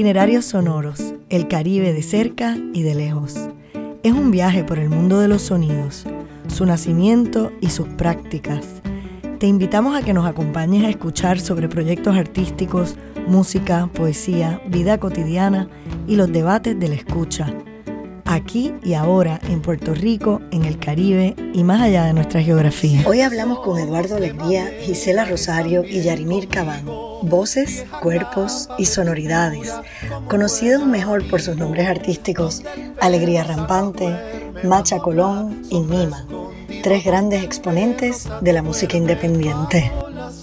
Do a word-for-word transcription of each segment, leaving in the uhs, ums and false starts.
Itinerarios sonoros, el Caribe de cerca y de lejos. Es un viaje por el mundo de los sonidos, su nacimiento y sus prácticas. Te invitamos a que nos acompañes a escuchar sobre proyectos artísticos, música, poesía, vida cotidiana y los debates de la escucha. Aquí y ahora, en Puerto Rico, en el Caribe y más allá de nuestra geografía. Hoy hablamos con Eduardo Alegría, Gisela Rosario y Yarimir Cabán. Voces, cuerpos y sonoridades, conocidos mejor por sus nombres artísticos Alegría Rampante, Macha Colón y Mima, tres grandes exponentes de la música independiente.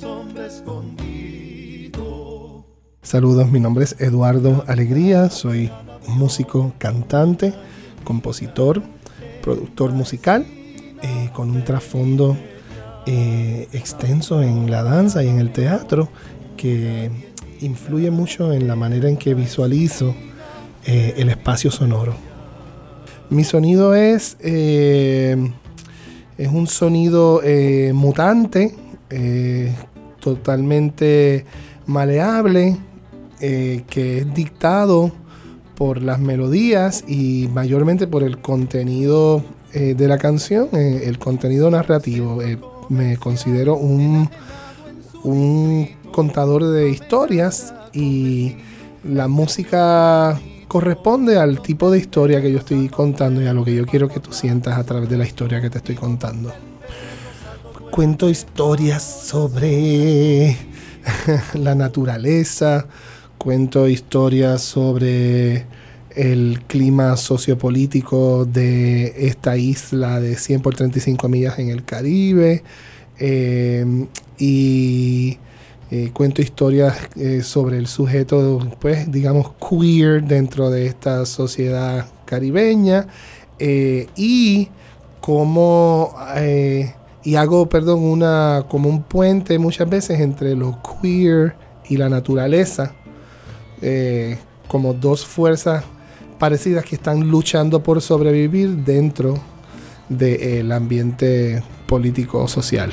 Saludos, mi nombre es Eduardo Alegría, soy músico, cantante, compositor, productor musical, eh, con un trasfondo eh, extenso en la danza y en el teatro, que influye mucho en la manera en que visualizo eh, el espacio sonoro. Mi sonido es, eh, es un sonido eh, mutante, eh, totalmente maleable, eh, que es dictado por las melodías y mayormente por el contenido eh, de la canción, eh, el contenido narrativo. Eh, me considero un, un contador de historias y la música corresponde al tipo de historia que yo estoy contando y a lo que yo quiero que tú sientas a través de la historia que te estoy contando. Cuento historias sobre la naturaleza, cuento historias sobre el clima sociopolítico de esta isla de cien por treinta y cinco millas en el Caribe, eh, y eh, cuento historias eh, sobre el sujeto, pues, digamos, queer dentro de esta sociedad caribeña, eh, y cómo eh, y hago, perdón, una como un puente muchas veces entre lo queer y la naturaleza, eh, como dos fuerzas parecidas que están luchando por sobrevivir dentro del ambiente político-social.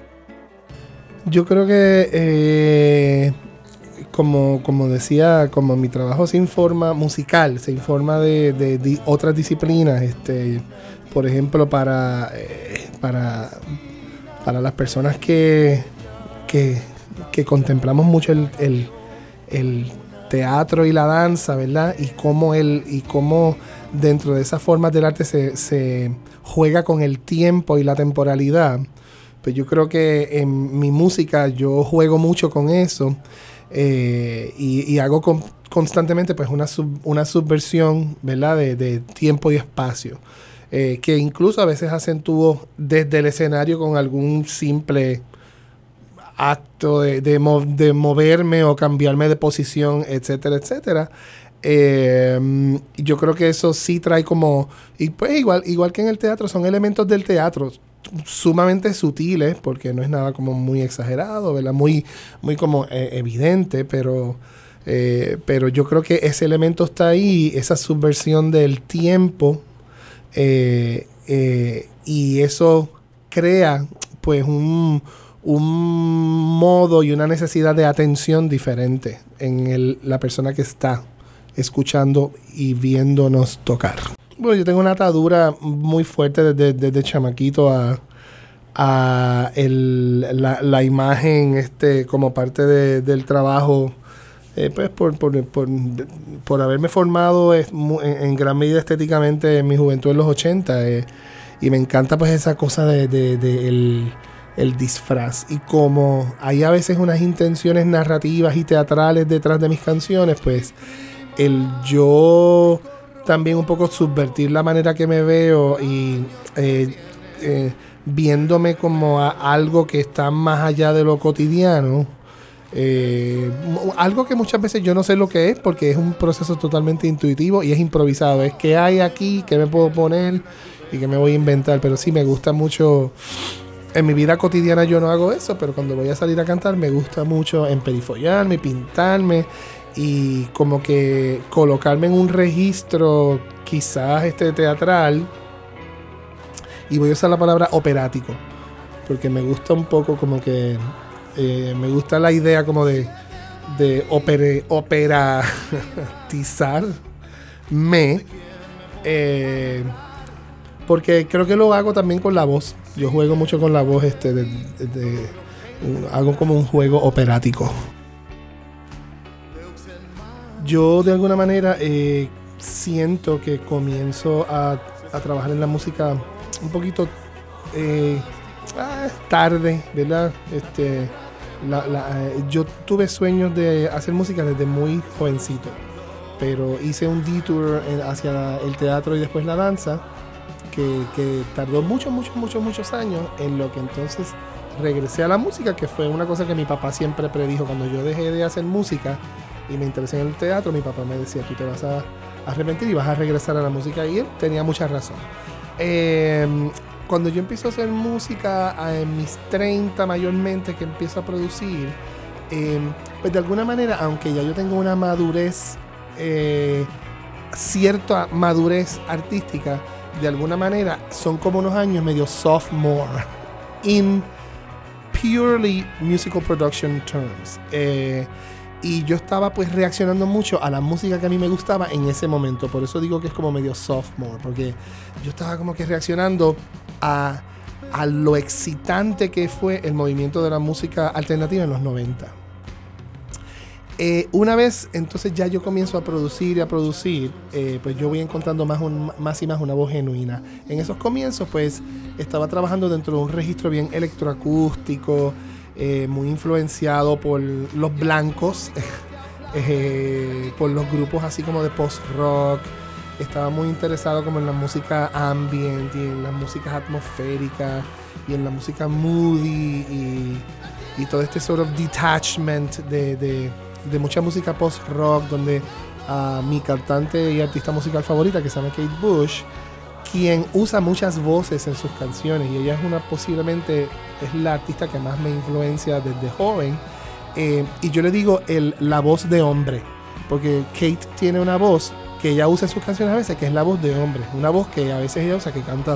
Yo creo que, eh, como, como decía, como mi trabajo se informa musical, se informa de, de, de otras disciplinas, este, por ejemplo, para, eh, para, para las personas que, que, que contemplamos mucho el, el, el teatro y la danza, ¿verdad? Y cómo, el, y cómo dentro de esas formas del arte se, se juega con el tiempo y la temporalidad. Pues yo creo que en mi música yo juego mucho con eso, eh, y, y hago con, constantemente pues una, sub, una subversión, ¿verdad? De, de tiempo y espacio, eh, que incluso a veces acentúo desde el escenario con algún simple acto de, de, mov, de moverme o cambiarme de posición, etcétera, etcétera. Eh, yo creo que eso sí trae como, y pues igual, igual que en el teatro, son elementos del teatro sumamente sutiles, porque no es nada como muy exagerado, ¿verdad? Muy, muy como eh, evidente, pero, eh, pero yo creo que ese elemento está ahí, esa subversión del tiempo, eh, eh, y eso crea pues un un modo y una necesidad de atención diferente en el, la persona que está escuchando y viéndonos tocar. Bueno, yo tengo una atadura muy fuerte desde, desde chamaquito a, a el, la, la imagen este, como parte de, del trabajo, eh, pues por, por, por, por haberme formado en, en gran medida estéticamente en mi juventud en los ochenta, eh, y me encanta pues esa cosa de, de, de el, el disfraz, y como hay a veces unas intenciones narrativas y teatrales detrás de mis canciones, pues el yo también un poco subvertir la manera que me veo y eh, eh, viéndome como a algo que está más allá de lo cotidiano, eh, algo que muchas veces yo no sé lo que es porque es un proceso totalmente intuitivo y es improvisado, es qué hay aquí, qué me puedo poner y qué me voy a inventar, pero sí me gusta mucho. En mi vida cotidiana yo no hago eso, pero cuando voy a salir a cantar me gusta mucho emperifollarme, pintarme y como que colocarme en un registro quizás este teatral, y voy a usar la palabra operático porque me gusta un poco como que eh, me gusta la idea como de de opere, operatizarme, eh, porque creo que lo hago también con la voz. Yo juego mucho con la voz, este, de, de, de, hago como un juego operático. Yo de alguna manera eh, siento que comienzo a, a trabajar en la música un poquito eh, ah, tarde, ¿verdad? Este, la, la, eh, yo tuve sueños de hacer música desde muy jovencito, pero hice un detour en, hacia el teatro y después la danza, que, que tardó muchos, muchos, muchos, muchos años, en lo que entonces regresé a la música, que fue una cosa que mi papá siempre predijo. Cuando yo dejé de hacer música y me interesé en el teatro, mi papá me decía, tú te vas a arrepentir y vas a regresar a la música, y él tenía mucha razón. Eh, cuando yo empiezo a hacer música en mis treinta mayormente, que empiezo a producir, eh, pues de alguna manera, aunque ya yo tengo una madurez, eh, cierta madurez artística, de alguna manera son como unos años medio sophomore in purely musical production terms. Eh, y yo estaba pues reaccionando mucho a la música que a mí me gustaba en ese momento. Por eso digo que es como medio sophomore, porque yo estaba como que reaccionando a, a lo excitante que fue el movimiento de la música alternativa en los noventa. Eh, una vez entonces ya yo comienzo a producir y a producir, eh, pues yo voy encontrando más, un, más y más una voz genuina. En esos comienzos pues estaba trabajando dentro de un registro bien electroacústico, eh, muy influenciado por los blancos, eh, por los grupos así como de post-rock. Estaba muy interesado como en la música ambient y en las músicas atmosféricas y en la música moody y, y todo este sort of detachment de... de de mucha música post-rock, donde uh, mi cantante y artista musical favorita, que se llama Kate Bush, quien usa muchas voces en sus canciones, y ella es una, posiblemente es la artista que más me influencia desde joven, eh, y yo le digo el, la voz de hombre, porque Kate tiene una voz que ella usa en sus canciones a veces, que es la voz de hombre, una voz que a veces ella usa que canta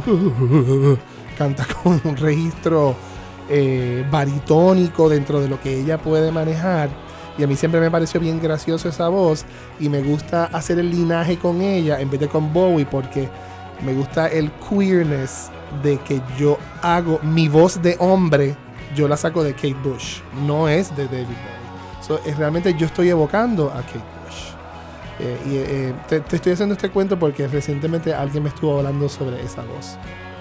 canta con un registro eh, baritónico dentro de lo que ella puede manejar. Y a mí siempre me pareció bien gracioso esa voz, y me gusta hacer el linaje con ella en vez de con Bowie, porque me gusta el queerness de que yo hago mi voz de hombre, yo la saco de Kate Bush, no es de David Bowie. So, es, realmente yo estoy evocando a Kate Bush. Eh, y eh, te, te estoy haciendo este cuento porque recientemente alguien me estuvo hablando sobre esa voz.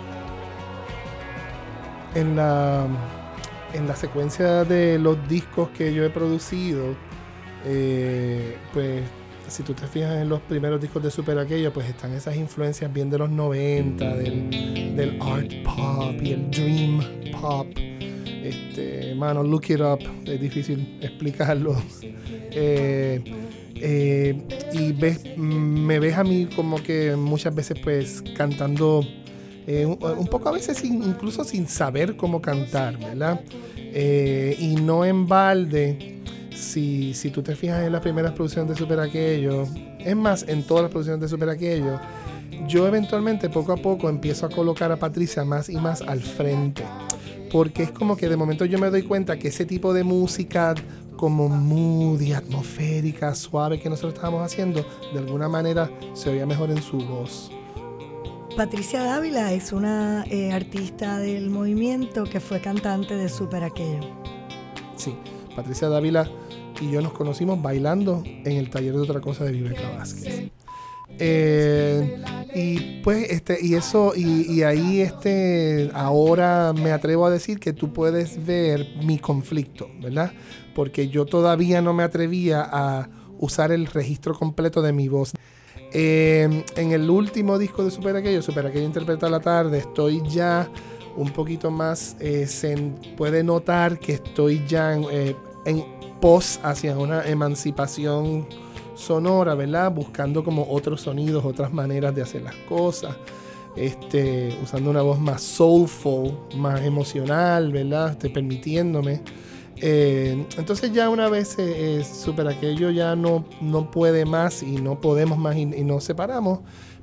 En la... En la secuencia de los discos que yo he producido, eh, pues si tú te fijas en los primeros discos de Super Aquello, pues están esas influencias bien de los noventa, del, del art pop y el dream pop. Este, mano, look it up, es difícil explicarlo. Eh, eh, y ves, me ves a mí como que muchas veces pues cantando Eh, un, un poco a veces sin, incluso sin saber cómo cantar, ¿verdad? Eh, y no en balde, si, si tú te fijas en las primeras producciones de Super Aquello, es más, en todas las producciones de Super Aquello, yo eventualmente poco a poco empiezo a colocar a Patricia más y más al frente, porque es como que de momento yo me doy cuenta que ese tipo de música como moody, atmosférica, suave que nosotros estábamos haciendo, de alguna manera se oía mejor en su voz. Patricia Dávila es una eh, artista del movimiento que fue cantante de Super Aquello. Sí, Patricia Dávila y yo nos conocimos bailando en el taller de Otra Cosa de Viveca Vázquez. Eh, y pues este y eso y, y ahí este ahora me atrevo a decir que tú puedes ver mi conflicto, ¿verdad? Porque yo todavía no me atrevía a usar el registro completo de mi voz. Eh, en el último disco de Super Aquello, Super Aquello Interpreta la Tarde, estoy ya un poquito más, eh, se puede notar que estoy ya en, eh, en pos hacia una emancipación sonora, ¿verdad? Buscando como otros sonidos, otras maneras de hacer las cosas, este, usando una voz más soulful, más emocional, ¿verdad? Este, permitiéndome. Eh, entonces ya una vez eh, Super Aquello ya no, no puede más y no podemos más y, y nos separamos,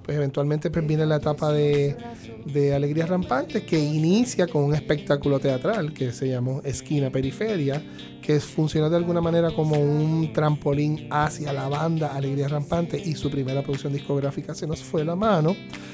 pues eventualmente pues viene la etapa de, de Alegrías Rampantes, que inicia con un espectáculo teatral que se llamó Esquina Periferia, que funcionó de alguna manera como un trampolín hacia la banda Alegrías Rampantes, y su primera producción discográfica Se Nos Fue la Mano.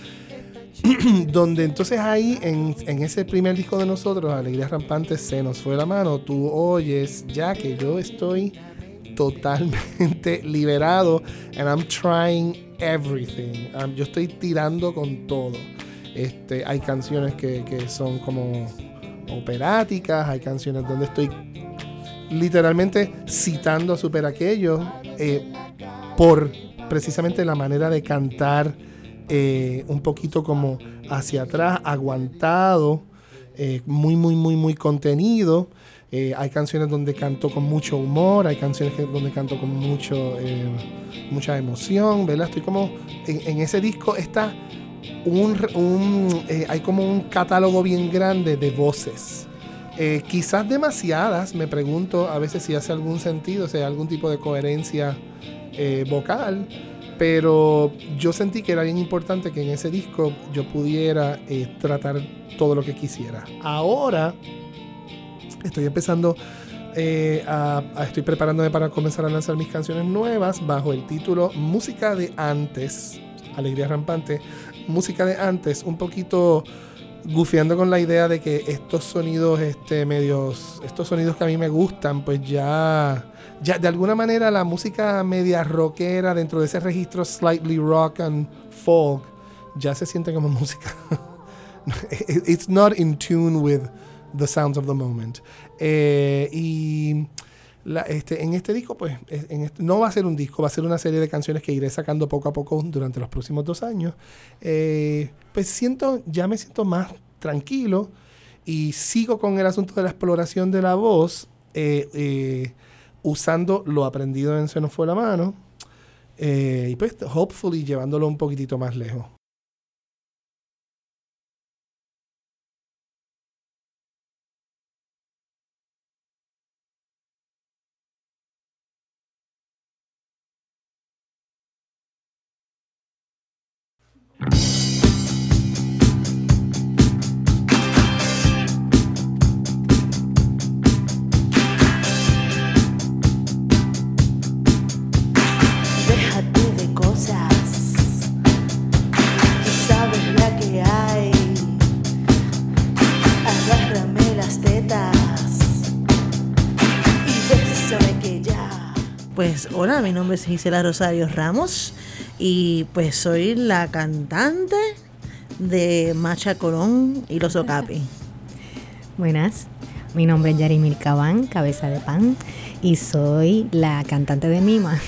Donde entonces ahí en, en ese primer disco de nosotros, Alegrías Rampantes, Se Nos Fue la Mano, tú oyes ya que yo estoy totalmente liberado, and I'm trying everything. Um, yo estoy tirando con todo. Este, hay canciones que, que son como operáticas, hay canciones donde estoy literalmente citando a Super Aquello eh, por precisamente la manera de cantar, eh, un poquito como hacia atrás, aguantado, eh, muy, muy, muy, muy contenido. Eh, hay canciones donde canto con mucho humor, hay canciones que, donde canto con mucho, eh, mucha emoción, ¿verdad? Estoy como, en, en ese disco está un, un eh, hay como un catálogo bien grande de voces. Eh, quizás demasiadas, me pregunto a veces si hace algún sentido, si hay algún tipo de coherencia eh, vocal, pero yo sentí que era bien importante que en ese disco yo pudiera eh, tratar todo lo que quisiera. Ahora estoy empezando eh, a, a estoy preparándome para comenzar a lanzar mis canciones nuevas bajo el título Música de Antes, Alegría Rampante, Música de Antes, un poquito gufeando con la idea de que estos sonidos este medios estos sonidos que a mí me gustan, pues ya ya de alguna manera la música media rockera dentro de ese registro slightly rock and folk ya se siente como música. It's not in tune with the sounds of the moment. Eh, y la, este, en este disco, pues, en este, no va a ser un disco, va a ser una serie de canciones que iré sacando poco a poco durante los próximos dos años. Eh, pues siento, ya me siento más tranquilo y sigo con el asunto de la exploración de la voz, eh, eh, usando lo aprendido en Se Nos Fue la Mano, eh, y pues, hopefully, llevándolo un poquitito más lejos. Pues hola, mi nombre es Gisela Rosario Ramos y pues soy la cantante de Macha Colón y Los Okapi. Buenas, mi nombre es Yarimir Cabán, Cabeza de Pan, y soy la cantante de Mima.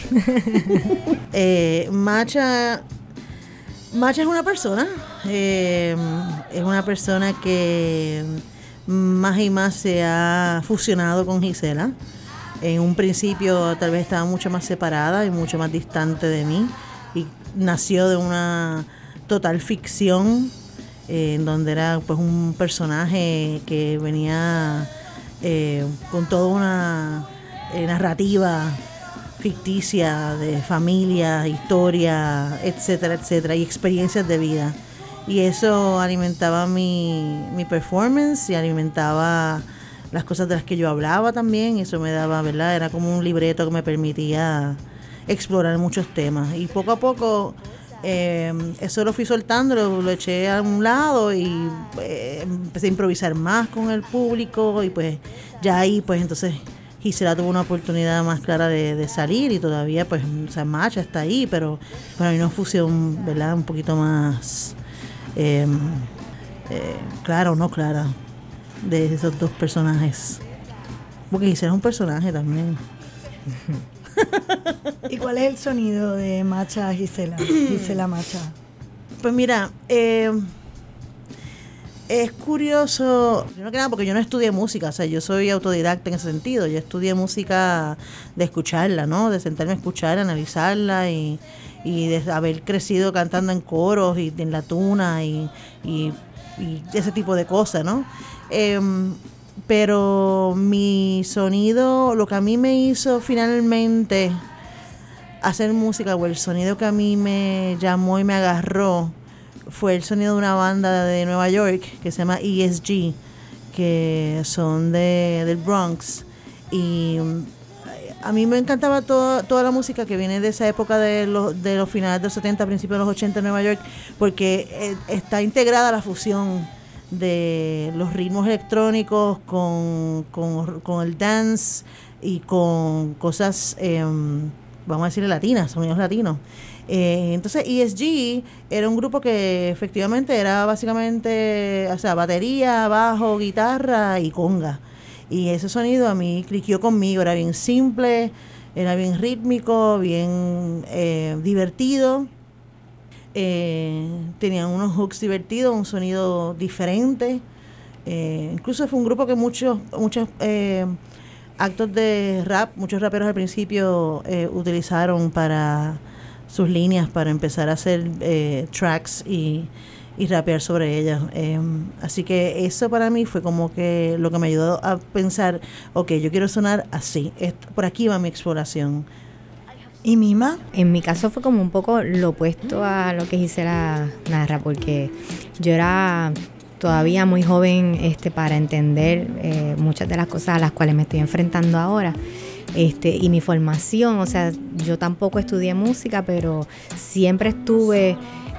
eh, Macha, Macha es una persona, eh, es una persona que más y más se ha fusionado con Gisela. En un principio tal vez estaba mucho más separada y mucho más distante de mí, y nació de una total ficción, eh, en donde era pues un personaje que venía eh, con toda una eh, narrativa ficticia de familia, historia, etcétera, etcétera, y experiencias de vida. Y eso alimentaba mi, mi performance y alimentaba las cosas de las que yo hablaba también. Eso me daba, ¿verdad? Era como un libreto que me permitía explorar muchos temas. Y poco a poco eh, eso lo fui soltando, lo, lo eché a un lado y eh, empecé a improvisar más con el público. Y pues ya ahí, pues entonces Gisela tuvo una oportunidad más clara de, de salir, y todavía, pues, o sea, Macha está ahí, pero para mí una fusión, ¿verdad? Un poquito más eh, eh, clara o no clara de esos dos personajes, porque Gisela es un personaje también. ¿Y cuál es el sonido de Macha Gisela? Gisela Macha. Pues mira, eh, es curioso, primero que nada, porque yo no estudié música, o sea, yo soy autodidacta en ese sentido. Yo estudié música de escucharla, ¿no? De sentarme a escucharla, analizarla y, y de haber crecido cantando en coros y en la tuna y, y, y ese tipo de cosas, ¿no? Eh, pero mi sonido, lo que a mí me hizo finalmente hacer música, o el sonido que a mí me llamó y me agarró, fue el sonido de una banda de Nueva York que se llama E S G, que son de, del Bronx. Y a mí me encantaba todo, toda la música que viene de esa época de los, de los finales de los setenta, principios de los ochenta en Nueva York, porque eh, está integrada la fusión de los ritmos electrónicos con, con, con el dance y con cosas, eh, vamos a decirle latinas, sonidos latinos. Eh, entonces E S G era un grupo que efectivamente era básicamente, o sea, batería, bajo, guitarra y conga. Y ese sonido a mí cliqueó conmigo, era bien simple, era bien rítmico, bien eh, divertido. Eh, tenían unos hooks divertidos, un sonido diferente. Eh, incluso fue un grupo que muchos muchos eh, actos de rap, muchos raperos al principio eh, utilizaron para sus líneas, para empezar a hacer eh, tracks y, y rapear sobre ellas. Eh, así que eso para mí fue como que lo que me ayudó a pensar, ok, yo quiero sonar así, Esto, por aquí va mi exploración. ¿Y Mima? En mi caso fue como un poco lo opuesto a lo que Gisela narra, porque yo era todavía muy joven este, para entender eh, muchas de las cosas a las cuales me estoy enfrentando ahora. Este, y mi formación, o sea, yo tampoco estudié música, pero siempre estuve,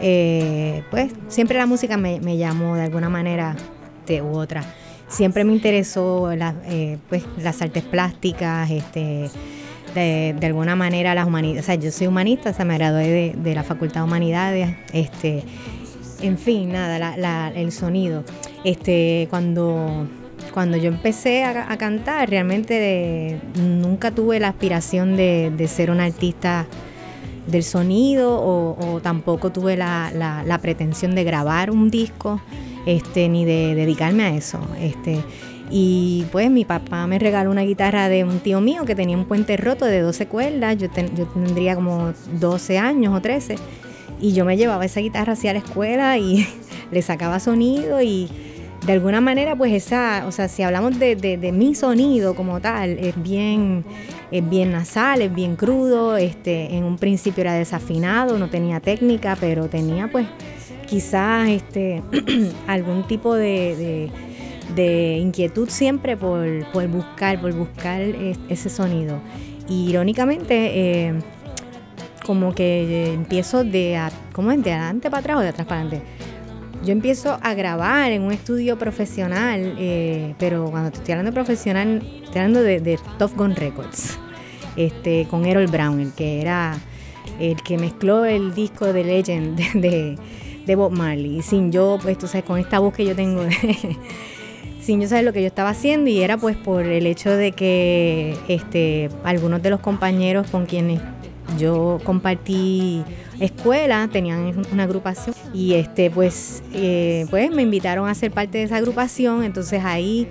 eh, pues, siempre la música me, me llamó de alguna manera de u otra. Siempre me interesó la, eh, pues, las artes plásticas, este, de, de alguna manera las humanidades. O sea, yo soy humanista, o sea, me gradué de, de la Facultad de Humanidades, este, en fin, nada, la, la, el sonido. Este, cuando... Cuando yo empecé a, a cantar, realmente de, nunca tuve la aspiración de, de ser una artista del sonido o, o tampoco tuve la, la, la pretensión de grabar un disco, este, ni de dedicarme a eso. Este, y pues mi papá me regaló una guitarra de un tío mío que tenía un puente roto de doce cuerdas, yo, ten, yo tendría como doce años o trece, y yo me llevaba esa guitarra hacia la escuela y le sacaba sonido y... De alguna manera, pues esa, o sea, si hablamos de, de, de mi sonido como tal, es bien, es bien nasal, es bien crudo, este, en un principio era desafinado, no tenía técnica, pero tenía pues quizás este, algún tipo de, de, de inquietud siempre por, por buscar, por buscar ese sonido. Y irónicamente, eh, como que empiezo de, ¿cómo es? De adelante para atrás o de atrás para adelante. Yo empiezo a grabar en un estudio profesional, eh, pero cuando estoy hablando de profesional, estoy hablando de, de Tough Gun Records, este, con Errol Brown, el que era el que mezcló el disco de Legend de, de, de Bob Marley. Y sin yo, pues tú sabes, con esta voz que yo tengo, de, sin yo saber lo que yo estaba haciendo, y era pues por el hecho de que este, algunos de los compañeros con quienes yo compartí escuela tenían una agrupación y este pues eh, pues me invitaron a ser parte de esa agrupación. Entonces ahí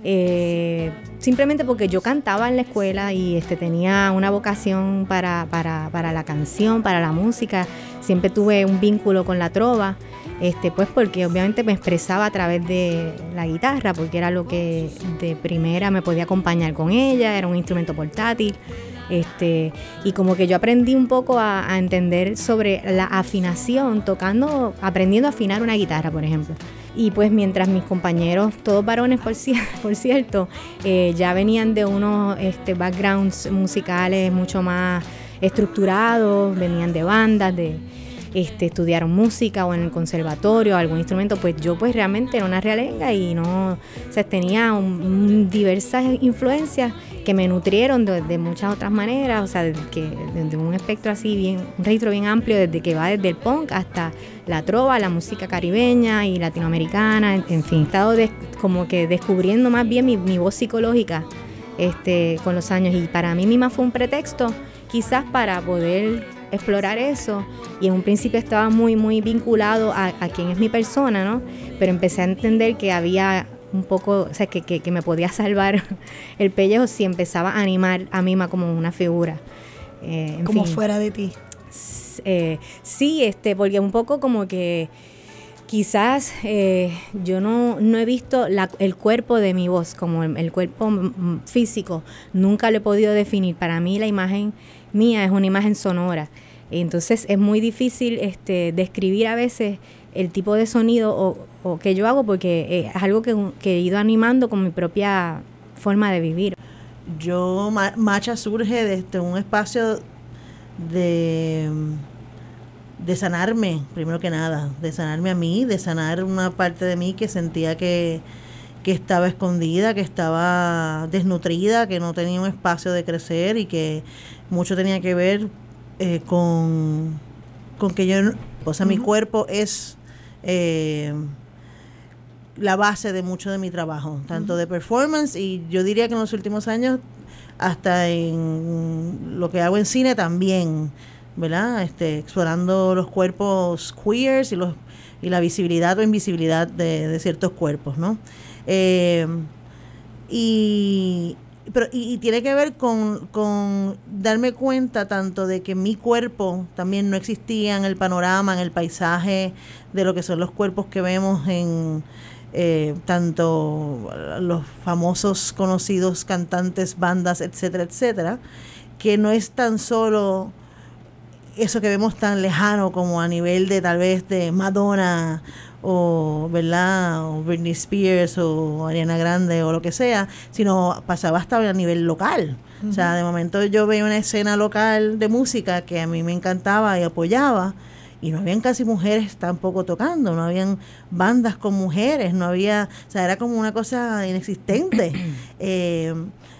eh, simplemente porque yo cantaba en la escuela y este tenía una vocación para, para, para la canción, para la música, siempre tuve un vínculo con la trova, este pues porque obviamente me expresaba a través de la guitarra, porque era lo que de primera me podía acompañar con ella, era un instrumento portátil. Este, y como que yo aprendí un poco a, a entender sobre la afinación, tocando, aprendiendo a afinar una guitarra, por ejemplo. Y pues mientras mis compañeros, todos varones por, por cierto, eh, ya venían de unos este, backgrounds musicales mucho más estructurados, venían de bandas, de este, estudiaron música o en el conservatorio, algún instrumento, pues yo pues realmente era una realenga y no, o sea, tenía un, un, diversas influencias que me nutrieron de, de muchas otras maneras, o sea, desde, que, desde un espectro así, bien, un registro bien amplio, desde que va desde el punk hasta la trova, la música caribeña y latinoamericana, en, en fin, he estado de, como que descubriendo más bien mi, mi voz psicológica este, con los años, y para mí misma fue un pretexto quizás para poder explorar eso, y en un principio estaba muy, muy vinculado a, a quién es mi persona, ¿no? Pero empecé a entender que había un poco, o sea, que, que, que me podía salvar el pellejo si empezaba a animar a Mima como una figura. Eh, en como fin. fuera de ti. Eh, sí, este, porque un poco como que quizás eh, yo no, no he visto la, el cuerpo de mi voz, como el, el cuerpo m- físico, nunca lo he podido definir. Para mí la imagen mía es una imagen sonora. Entonces es muy difícil este, describir a veces el tipo de sonido o, o que yo hago, porque es algo que, que he ido animando con mi propia forma de vivir. Yo, Macha surge desde un espacio de, de sanarme, primero que nada, de sanarme a mí, de sanar una parte de mí que sentía que, que estaba escondida, que estaba desnutrida, que no tenía un espacio de crecer y que mucho tenía que ver eh, con, con que yo, o sea, uh-huh. mi cuerpo es eh, la base de mucho de mi trabajo, tanto uh-huh. de performance, y yo diría que en los últimos años hasta en lo que hago en cine también, ¿verdad? Este, explorando los cuerpos queers y los y la visibilidad o invisibilidad de, de ciertos cuerpos, ¿no? Eh, y, pero, y, y tiene que ver con, con darme cuenta tanto de que mi cuerpo también no existía en el panorama, en el paisaje de lo que son los cuerpos que vemos en eh, tanto los famosos conocidos cantantes, bandas, etcétera, etcétera, que no es tan solo eso que vemos tan lejano como a nivel de tal vez de Madonna o, ¿verdad?, o Britney Spears o Ariana Grande o lo que sea, sino pasaba hasta a nivel local. Uh-huh. O sea, de momento yo veía una escena local de música que a mí me encantaba y apoyaba, y no habían casi mujeres tampoco tocando, no habían bandas con mujeres, no había, o sea, era como una cosa inexistente. eh,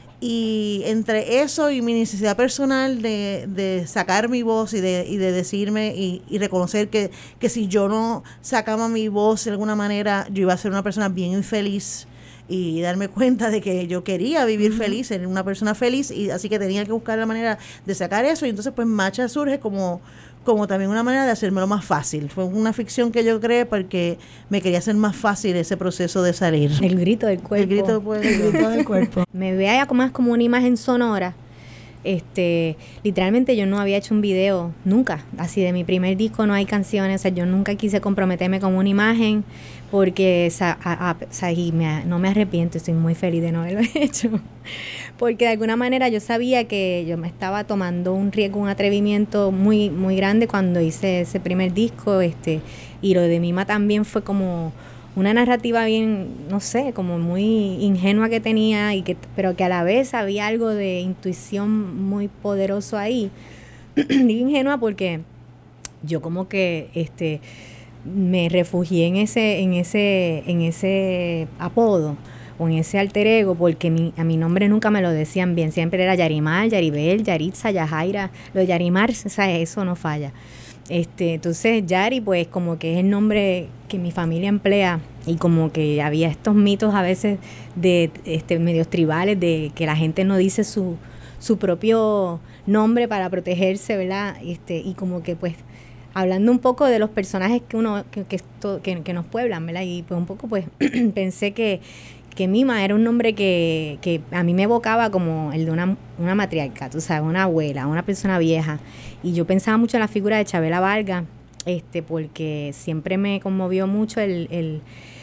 Y entre eso y mi necesidad personal de, de sacar mi voz y de, y de decirme y, y reconocer que, que si yo no sacaba mi voz de alguna manera, yo iba a ser una persona bien infeliz, y darme cuenta de que yo quería vivir uh-huh. feliz, ser una persona feliz, y así que tenía que buscar la manera de sacar eso. Y entonces pues Macha surge como, como también una manera de hacérmelo más fácil. Fue una ficción que yo creé porque me quería hacer más fácil ese proceso de salir. El grito del cuerpo. El grito, pues, el grito del cuerpo. Me vea más como una imagen sonora. Este, literalmente yo no había hecho un video nunca, así de mi primer disco no hay canciones, o sea, yo nunca quise comprometerme con una imagen porque o sea, a, a, o sea, y me, no me arrepiento, estoy muy feliz de no haberlo hecho, porque de alguna manera yo sabía que yo me estaba tomando un riesgo, un atrevimiento muy muy grande cuando hice ese primer disco, este, y lo de Mima también fue como una narrativa bien, no sé, como muy ingenua que tenía, y que pero que a la vez había algo de intuición muy poderoso ahí. Digo ingenua porque yo como que este me refugié en ese en ese en ese apodo o en ese alter ego, porque mi, a mi nombre nunca me lo decían bien, siempre era Yarimar, Yaribel, Yaritza, Yajaira. Lo de Yarimar, o sea, eso no falla. Este, entonces Yari pues como que es el nombre que mi familia emplea, y como que había estos mitos a veces de este medios tribales de que la gente no dice su su propio nombre para protegerse, ¿verdad? Este, y como que pues hablando un poco de los personajes que uno que que, esto, que, que nos pueblan, ¿verdad? Y pues un poco pues pensé que que Mima era un nombre que, que a mí me evocaba como el de una, una matriarca, tú sabes, una abuela, una persona vieja. Y yo pensaba mucho en la figura de Chabela Vargas, este, porque siempre me conmovió mucho el, el,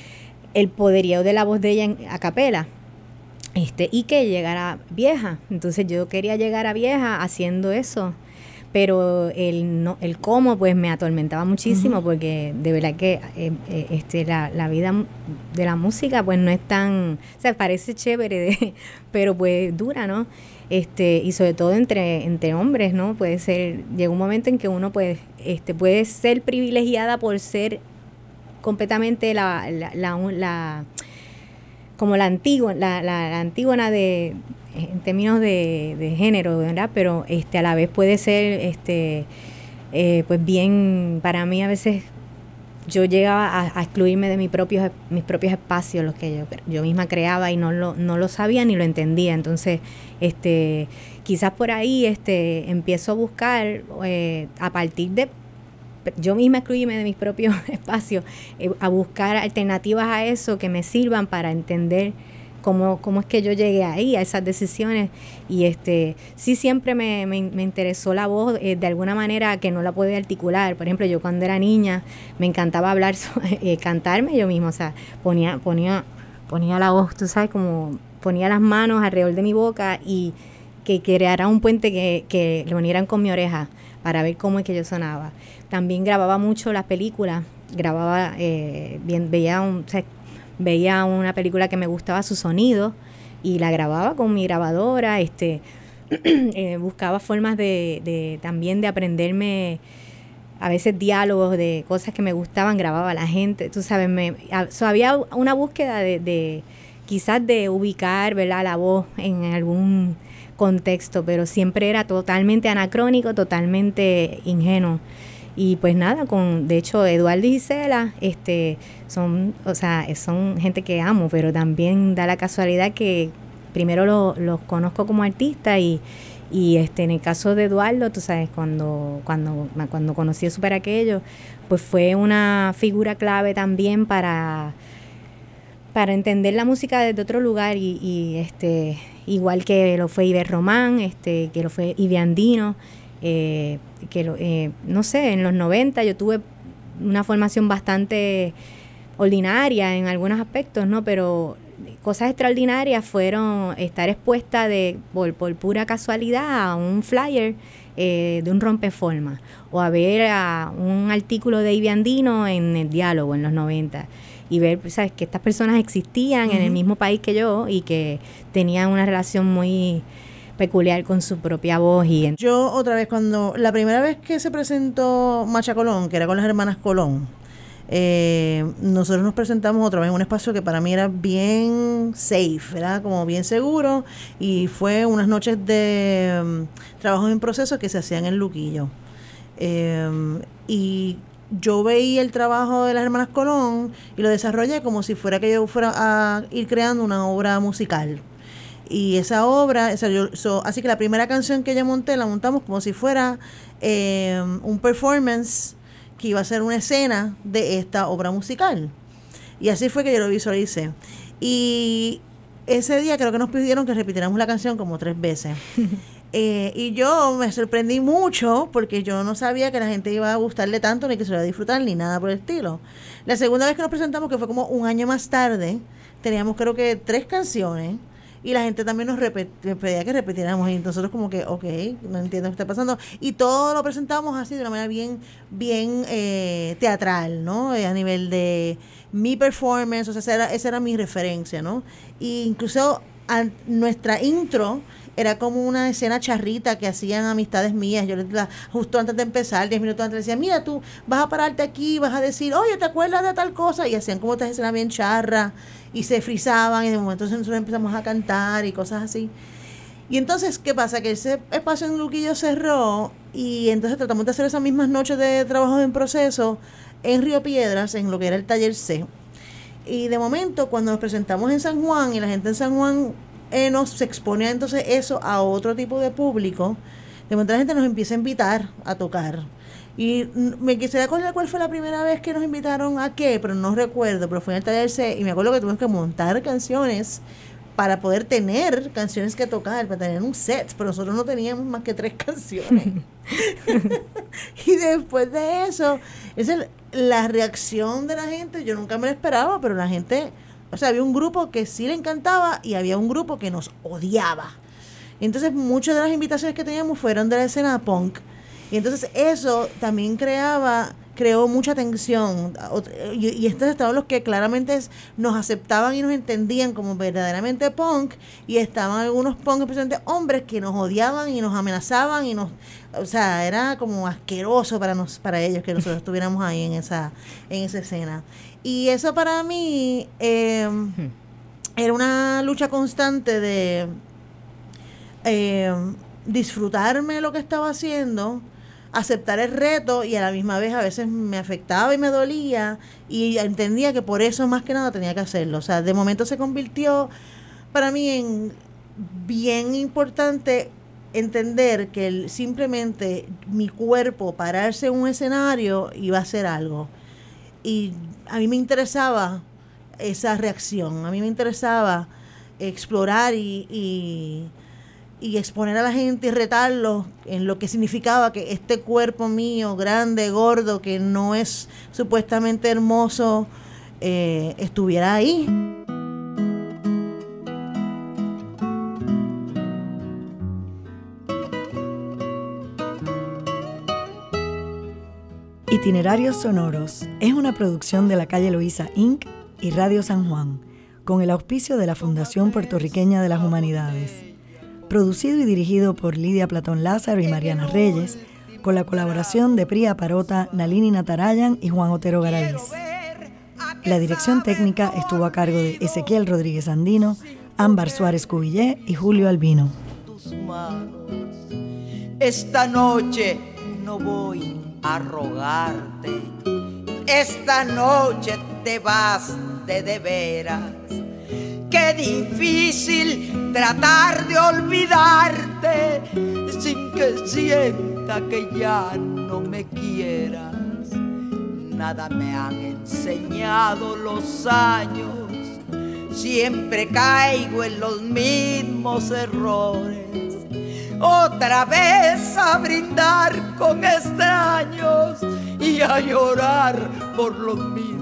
el poderío de la voz de ella en, a capela, este, y que llegara vieja. Entonces yo quería llegar a vieja haciendo eso, pero el no el cómo pues me atormentaba muchísimo, uh-huh. porque de verdad que eh, eh, este la, la vida de la música pues no es tan, o sea, parece chévere de, pero pues dura, ¿no? Este, y sobre todo entre entre hombres, ¿no? Puede ser, llega un momento en que uno pues este puede ser privilegiada por ser completamente la la, la, la como la antigua la, la, la antígona de en términos de, de género, ¿verdad? Pero este a la vez puede ser este eh, pues bien, para mí a veces yo llegaba a, a excluirme de mis propios mis propios espacios, los que yo, yo misma creaba, y no lo no lo sabía ni lo entendía. Entonces este quizás por ahí este empiezo a buscar eh, a partir de yo misma excluirme de mis propios espacios, eh, a buscar alternativas a eso que me sirvan para entender cómo, cómo es que yo llegué ahí, a esas decisiones. Y este sí siempre me, me, me interesó la voz eh, de alguna manera que no la pude articular. Por ejemplo, yo cuando era niña me encantaba hablar, eh, cantarme yo misma, o sea, ponía, ponía, ponía la voz, tú sabes, como ponía las manos alrededor de mi boca y que creara un puente que, que lo unieran con mi oreja para ver cómo es que yo sonaba. También grababa mucho las películas, grababa, eh, bien, veía, un, o sea, veía una película que me gustaba su sonido y la grababa con mi grabadora, este, eh, buscaba formas de, de también de aprenderme a veces diálogos de cosas que me gustaban, grababa a la gente, tú sabes, me, so, había una búsqueda de, de quizás de ubicar, ¿verdad?, la voz en algún contexto, pero siempre era totalmente anacrónico, totalmente ingenuo. Y pues nada, con de hecho Eduardo y Gisela este son, o sea, son gente que amo, pero también da la casualidad que primero lo, los conozco como artista y y este en el caso de Eduardo, tú sabes, cuando cuando cuando conocí a Super Aquello, pues fue una figura clave también para para entender la música desde otro lugar y, y este igual que lo fue Iber Román, este que lo fue Ivy Andino, eh, que lo, eh, no sé, en los noventa yo tuve una formación bastante ordinaria en algunos aspectos, ¿no? Pero cosas extraordinarias fueron estar expuesta de por, por pura casualidad a un flyer eh, de un rompeforma o a ver a un artículo de Ivy Andino en el Diálogo en los noventa y ver, ¿sabes?, que estas personas existían uh-huh. en el mismo país que yo y que tenían una relación muy peculiar con su propia voz. Y yo otra vez, cuando la primera vez que se presentó Macha Colón, que era con las hermanas Colón, eh, nosotros nos presentamos otra vez en un espacio que para mí era bien safe, era como bien seguro, y fue unas noches de um, trabajos en proceso que se hacían en Luquillo. Eh, y yo veía el trabajo de las hermanas Colón y lo desarrollé como si fuera que yo fuera a ir creando una obra musical. Y esa obra, esa, yo, so, así que la primera canción que yo monté, la montamos como si fuera eh, un performance que iba a ser una escena de esta obra musical. Y así fue que yo lo visualicé. Y ese día creo que nos pidieron que repitiéramos la canción como tres veces. eh, y yo me sorprendí mucho porque yo no sabía que la gente iba a gustarle tanto, ni que se lo iba a disfrutar, ni nada por el estilo. La segunda vez que nos presentamos, que fue como un año más tarde, teníamos creo que tres canciones. Y la gente también nos repet- pedía que repitiéramos. Y nosotros como que, ok, no entiendo qué está pasando. Y todo lo presentamos así de una manera bien bien eh, teatral, ¿no? Eh, a nivel de mi performance, o sea, esa era, esa era mi referencia, ¿no? Y incluso a nuestra intro era como una escena charrita que hacían amistades mías. Yo les la, justo antes de empezar, diez minutos antes, decía, mira, tú vas a pararte aquí, vas a decir, oye, ¿te acuerdas de tal cosa? Y hacían como esta escena bien charra y se frizaban y de momento nosotros empezamos a cantar y cosas así. Y entonces, ¿qué pasa? Que ese espacio en Luquillo cerró y entonces tratamos de hacer esas mismas noches de trabajo en proceso en Río Piedras, en lo que era el taller C. Y de momento, cuando nos presentamos en San Juan y la gente en San Juan eh, nos expone entonces eso a otro tipo de público, de momento la gente nos empieza a invitar a tocar. Y me quisiera acordar cuál fue la primera vez que nos invitaron a qué, pero no recuerdo, pero fue en el taller C y me acuerdo que tuvimos que montar canciones para poder tener canciones que tocar, para tener un set, pero nosotros no teníamos más que tres canciones. Y después de eso, esa es la reacción de la gente, yo nunca me lo esperaba, pero la gente, o sea, había un grupo que sí le encantaba y había un grupo que nos odiaba. Entonces, muchas de las invitaciones que teníamos fueron de la escena punk. Y entonces eso también creaba, creó mucha tensión. Y, y estos estaban los que claramente nos aceptaban y nos entendían como verdaderamente punk. Y estaban algunos punk, especialmente hombres, que nos odiaban y nos amenazaban y nos, o sea, era como asqueroso para nos, para ellos que nosotros estuviéramos ahí en esa, en esa escena. Y eso para mí eh, era una lucha constante de eh, disfrutarme lo que estaba haciendo, aceptar el reto, y a la misma vez a veces me afectaba y me dolía y entendía que por eso más que nada tenía que hacerlo. O sea, de momento se convirtió para mí en bien importante entender que el, simplemente mi cuerpo pararse en un escenario iba a hacer algo, y a mí me interesaba esa reacción, a mí me interesaba explorar y, y, y exponer a la gente y retarlos en lo que significaba que este cuerpo mío, grande, gordo, que no es supuestamente hermoso, eh, estuviera ahí. Itinerarios Sonoros es una producción de la Calle Loíza incorporated y Radio San Juan, con el auspicio de la Fundación Puertorriqueña de las Humanidades. Producido y dirigido por Lidia Platón Lázaro y Mariana Reyes, con la colaboración de Priya Parota, Nalini Natarayan y Juan Otero Garaviz. La dirección técnica estuvo a cargo de Ezequiel Rodríguez Andino, Ámbar Suárez Cubillé y Julio Albino. Esta noche no voy a rogarte, esta noche te vas de de veras. Qué difícil tratar de olvidarte sin que sienta que ya no me quieras. Nada me han enseñado los años, siempre caigo en los mismos errores. Otra vez a brindar con extraños y a llorar por los mismos